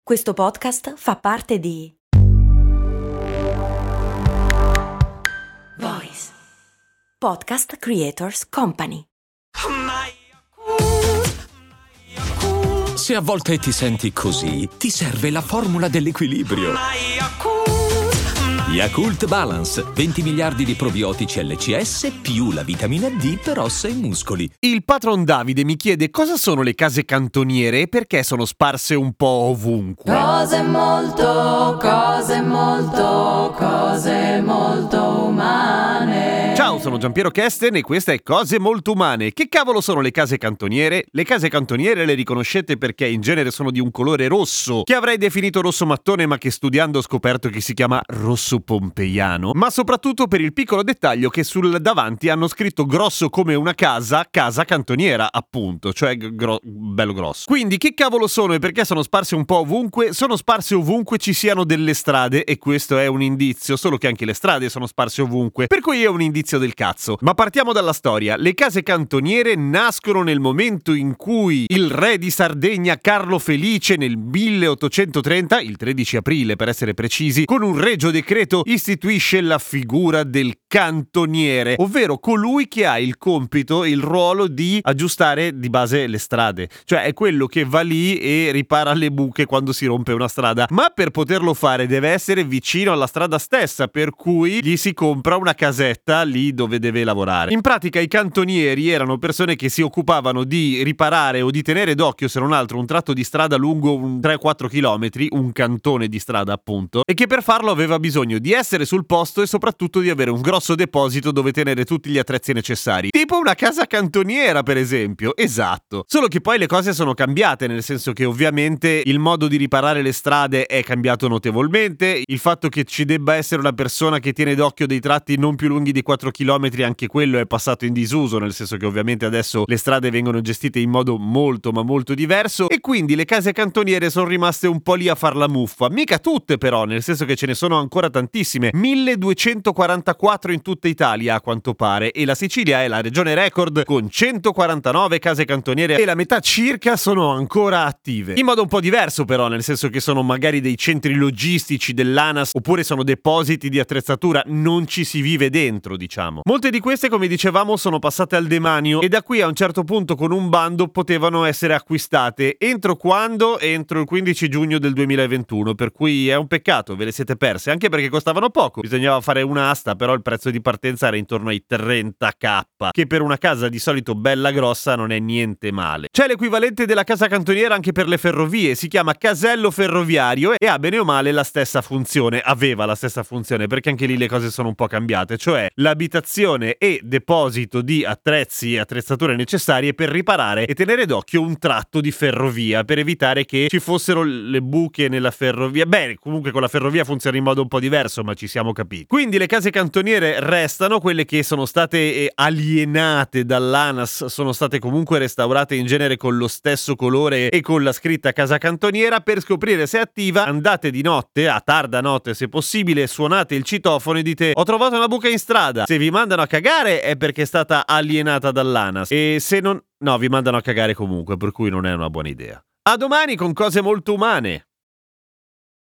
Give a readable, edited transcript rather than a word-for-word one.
Questo podcast fa parte di Voice Podcast Creators Company. Se a volte ti senti così, ti serve la formula dell'equilibrio. Yakult Balance, 20 miliardi di probiotici LCS più la vitamina D per ossa e muscoli. Il patron Davide mi chiede cosa sono le case cantoniere e perché sono sparse un po' ovunque. Cose molto umane. Ciao, sono Giampiero Kesten e questa è Cose Molto Umane. Che cavolo sono le case cantoniere? Le case cantoniere le riconoscete perché in genere sono di un colore rosso, che avrei definito rosso mattone ma che studiando ho scoperto che si chiama rosso pompeiano, ma soprattutto per il piccolo dettaglio che sul davanti hanno scritto grosso come una casa cantoniera, appunto, cioè bello grosso. Quindi che cavolo sono e perché sono sparse un po' ovunque? Sono sparse ovunque ci siano delle strade e questo è un indizio, solo che anche le strade sono sparse ovunque, per cui è un indizio del cazzo. Ma partiamo dalla storia. Le case cantoniere nascono nel momento in cui il re di Sardegna Carlo Felice nel 1830, il 13 aprile per essere precisi, con un regio decreto istituisce la figura del cantoniere, ovvero colui che ha il compito, il ruolo di aggiustare di base le strade, cioè è quello che va lì e ripara le buche quando si rompe una strada, ma per poterlo fare deve essere vicino alla strada stessa, per cui gli si compra una casetta lì dove deve lavorare. In pratica i cantonieri erano persone che si occupavano di riparare o di tenere d'occhio, se non altro, un tratto di strada lungo un 3-4 km, un cantone di strada appunto, e che per farlo aveva bisogno di essere sul posto e soprattutto di avere un grosso deposito dove tenere tutti gli attrezzi necessari, tipo una casa cantoniera per esempio. Esatto, solo che poi le cose sono cambiate, nel senso che ovviamente il modo di riparare le strade è cambiato notevolmente, il fatto che ci debba essere una persona che tiene d'occhio dei tratti non più lunghi di 4 km, anche quello è passato in disuso, nel senso che ovviamente adesso le strade vengono gestite in modo molto ma molto diverso e quindi le case cantoniere sono rimaste un po' lì a far la muffa. Mica tutte però, nel senso che ce ne sono ancora tantissime, 1244 in tutta Italia a quanto pare, e la Sicilia è la regione record con 149 case cantoniere e la metà circa sono ancora attive. In modo un po' diverso però, nel senso che sono magari dei centri logistici dell'ANAS oppure sono depositi di attrezzatura, non ci si vive dentro, diciamo. Molte di queste, come dicevamo, sono passate al demanio e da qui a un certo punto con un bando potevano essere acquistate. Entro quando? Entro il 15 giugno del 2021, per cui è un peccato, ve le siete perse, anche perché costavano poco. Bisognava fare un'asta, però il prezzo di partenza era intorno ai 30.000, che per una casa di solito bella grossa non è niente male. C'è l'equivalente della casa cantoniera anche per le ferrovie, si chiama casello ferroviario e ha bene o male la stessa funzione, aveva la stessa funzione, perché anche lì le cose sono un po' cambiate, cioè l'abitazione e deposito di attrezzi e attrezzature necessarie per riparare e tenere d'occhio un tratto di ferrovia, per evitare che ci fossero le buche nella ferrovia. Bene, comunque con la ferrovia funziona in modo un po' diverso, ma ci siamo capiti. Quindi le case cantoniere restano, quelle che sono state alienate dall'ANAS sono state comunque restaurate in genere con lo stesso colore e con la scritta casa cantoniera. Per scoprire se è attiva andate di notte, a tarda notte se possibile, suonate il citofono e dite ho trovato una buca in strada. Se vi mandano a cagare è perché è stata alienata dall'ANAS e se non... no, vi mandano a cagare comunque, per cui non è una buona idea. A domani con Cose Molto Umane.